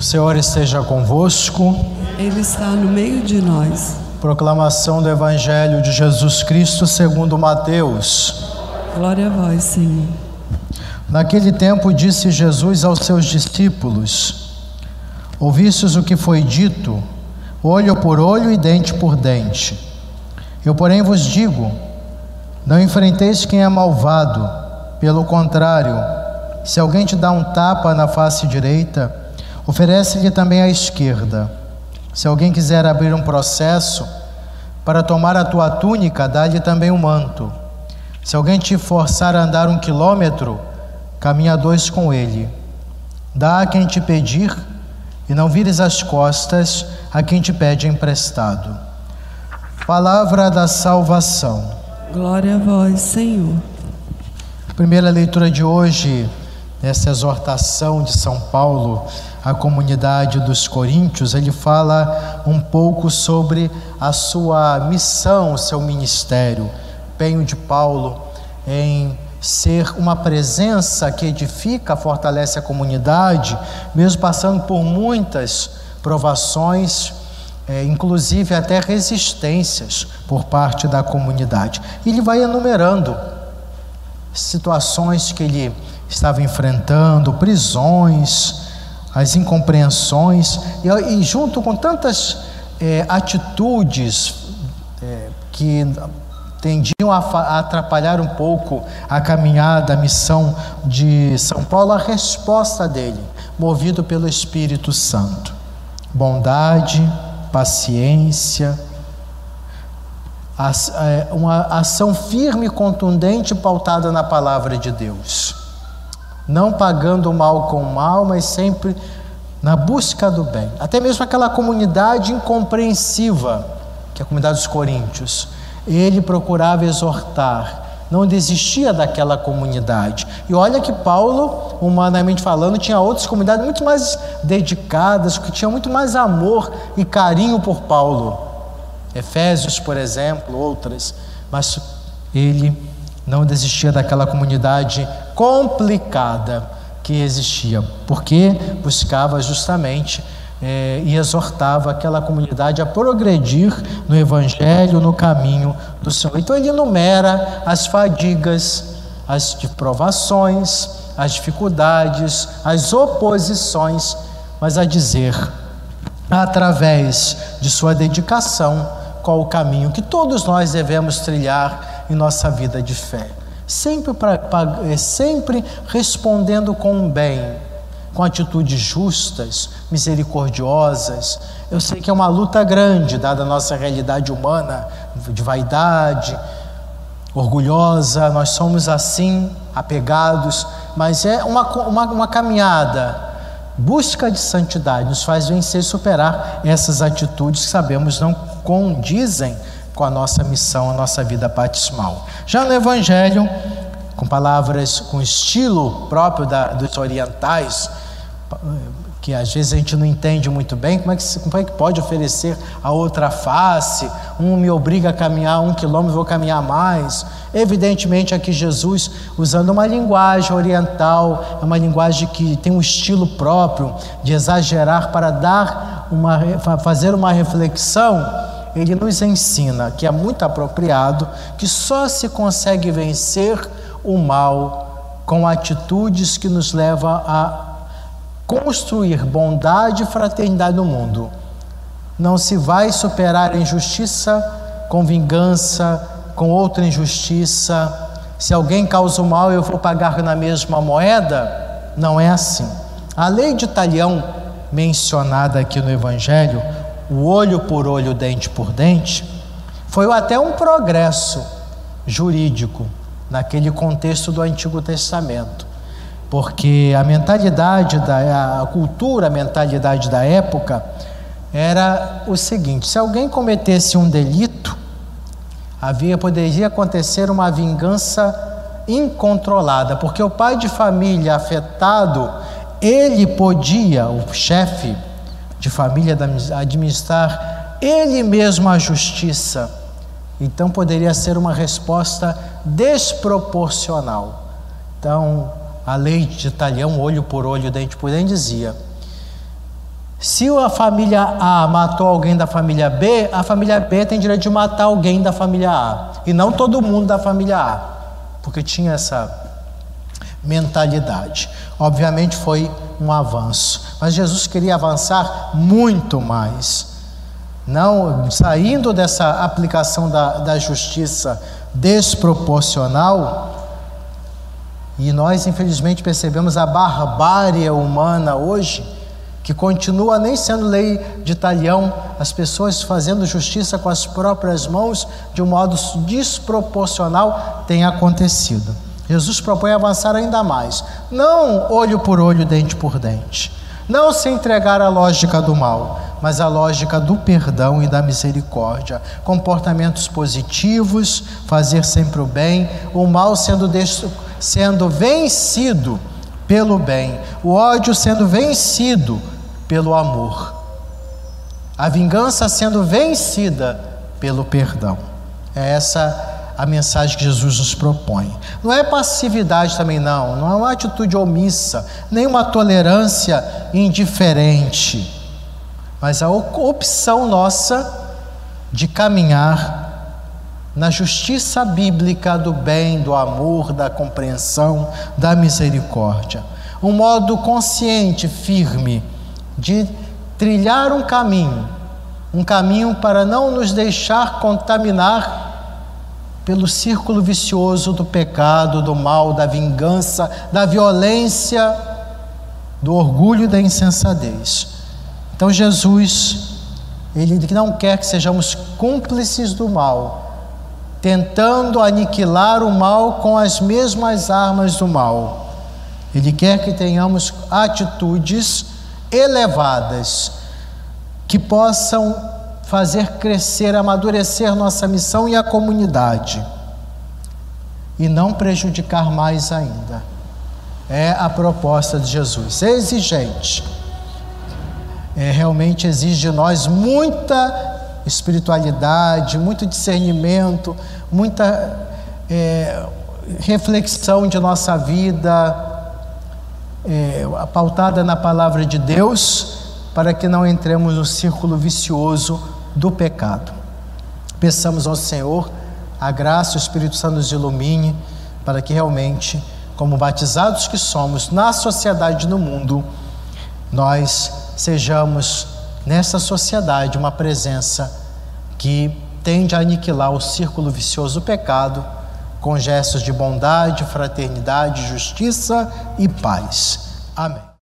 O Senhor esteja convosco. Ele está no meio de nós. Proclamação do Evangelho de Jesus Cristo segundo Mateus. Glória a vós, Senhor. Naquele tempo disse Jesus aos seus discípulos: Ouvistes o que foi dito, olho por olho e dente por dente. Eu, porém, vos digo, não enfrenteis quem é malvado. Pelo contrário, se alguém te dá um tapa na face direita, oferece-lhe também a esquerda. Se alguém quiser abrir um processo para tomar a tua túnica, dá-lhe também um manto. Se alguém te forçar a andar 1 quilômetro, caminha 2 com ele. Dá a quem te pedir, e não vires as costas a quem te pede emprestado. Palavra da salvação. Glória a vós, Senhor. Primeira leitura de hoje, nessa exortação de São Paulo à comunidade dos Coríntios, ele fala um pouco sobre a sua missão, o seu ministério, o empenho de Paulo em ser uma presença que edifica, fortalece a comunidade, mesmo passando por muitas provações, inclusive até resistências por parte da comunidade. E ele vai enumerando situações que ele estava enfrentando, prisões, as incompreensões, e junto com tantas atitudes que tendiam a atrapalhar um pouco a caminhada, a missão de São Paulo, a resposta dele, movido pelo Espírito Santo: bondade, paciência, uma ação firme e contundente pautada na palavra de Deus, não pagando o mal com o mal, mas sempre na busca do bem. Até mesmo aquela comunidade incompreensiva, que é a comunidade dos Coríntios, ele procurava exortar, não desistia daquela comunidade. E olha que Paulo, humanamente falando, tinha outras comunidades muito mais dedicadas, que tinham muito mais amor e carinho por Paulo. Efésios, por exemplo, outras. Mas ele não desistia daquela comunidade complicada que existia, porque buscava justamente e exortava aquela comunidade a progredir no Evangelho, no caminho do Senhor. Então ele enumera as fadigas, as provações, as dificuldades, as oposições, mas a dizer, através de sua dedicação, qual o caminho que todos nós devemos trilhar em nossa vida de fé. Sempre respondendo com o bem, com atitudes justas, misericordiosas. Eu sei que é uma luta grande, dada a nossa realidade humana, de vaidade, orgulhosa, nós somos assim, apegados, mas é uma caminhada, busca de santidade, nos faz vencer e superar essas atitudes que sabemos não condizem com a nossa missão, a nossa vida batismal. Já no Evangelho, com palavras, com estilo próprio dos orientais, que às vezes a gente não entende muito bem, como é que pode oferecer a outra face? Um me obriga a caminhar 1 quilômetro, vou caminhar mais. Evidentemente aqui Jesus, usando uma linguagem oriental, uma linguagem que tem um estilo próprio de exagerar para fazer uma reflexão, ele nos ensina que é muito apropriado, que só se consegue vencer o mal com atitudes que nos levam a construir bondade e fraternidade no mundo. Não se vai superar a injustiça com vingança, com outra injustiça. Se alguém causa o mal, eu vou pagar na mesma moeda? Não é assim. A lei de Talião, mencionada aqui no Evangelho, o olho por olho, dente por dente, foi até um progresso jurídico naquele contexto do Antigo Testamento. Porque a mentalidade, a cultura, a mentalidade da época era o seguinte: se alguém cometesse um delito, poderia acontecer uma vingança incontrolada, porque o pai de família afetado, ele podia, o chefe de família, administrar ele mesmo a justiça. Então poderia ser uma resposta desproporcional. Então, a lei de Talião, olho por olho, dente por dente, dizia: Se a família A matou alguém da família B, a família B tem direito de matar alguém da família A. E não todo mundo da família A, porque tinha essa mentalidade. Obviamente foi um avanço, mas Jesus queria avançar muito mais. Não saindo dessa aplicação da justiça desproporcional. E nós, infelizmente, percebemos a barbárie humana hoje, que continua nem sendo lei de talião, as pessoas fazendo justiça com as próprias mãos, de um modo desproporcional, tem acontecido. Jesus propõe avançar ainda mais, não olho por olho, dente por dente, não se entregar à lógica do mal, mas à lógica do perdão e da misericórdia, comportamentos positivos, fazer sempre o bem, o mal sendo vencido pelo bem, o ódio sendo vencido pelo amor, a vingança sendo vencida pelo perdão. É essa a mensagem que Jesus nos propõe. Não é passividade também, não é uma atitude omissa, nem uma tolerância indiferente, mas a opção nossa de caminhar na justiça bíblica do bem, do amor, da compreensão, da misericórdia. Um modo consciente, firme, de trilhar um caminho para não nos deixar contaminar pelo círculo vicioso do pecado, do mal, da vingança, da violência, do orgulho e da insensatez. Então Jesus, Ele não quer que sejamos cúmplices do mal, tentando aniquilar o mal com as mesmas armas do mal. Ele quer que tenhamos atitudes elevadas, que possam fazer crescer, amadurecer nossa missão e a comunidade, e não prejudicar mais ainda. É a proposta de Jesus. É exigente, realmente exige de nós muita espiritualidade, muito discernimento, muita reflexão de nossa vida, pautada na palavra de Deus, para que não entremos no círculo vicioso do pecado. Peçamos ao Senhor a graça, o Espírito Santo nos ilumine, para que realmente, como batizados que somos na sociedade e no mundo, nós sejamos nessa sociedade uma presença que tende a aniquilar o círculo vicioso do pecado, com gestos de bondade, fraternidade, justiça e paz. Amém.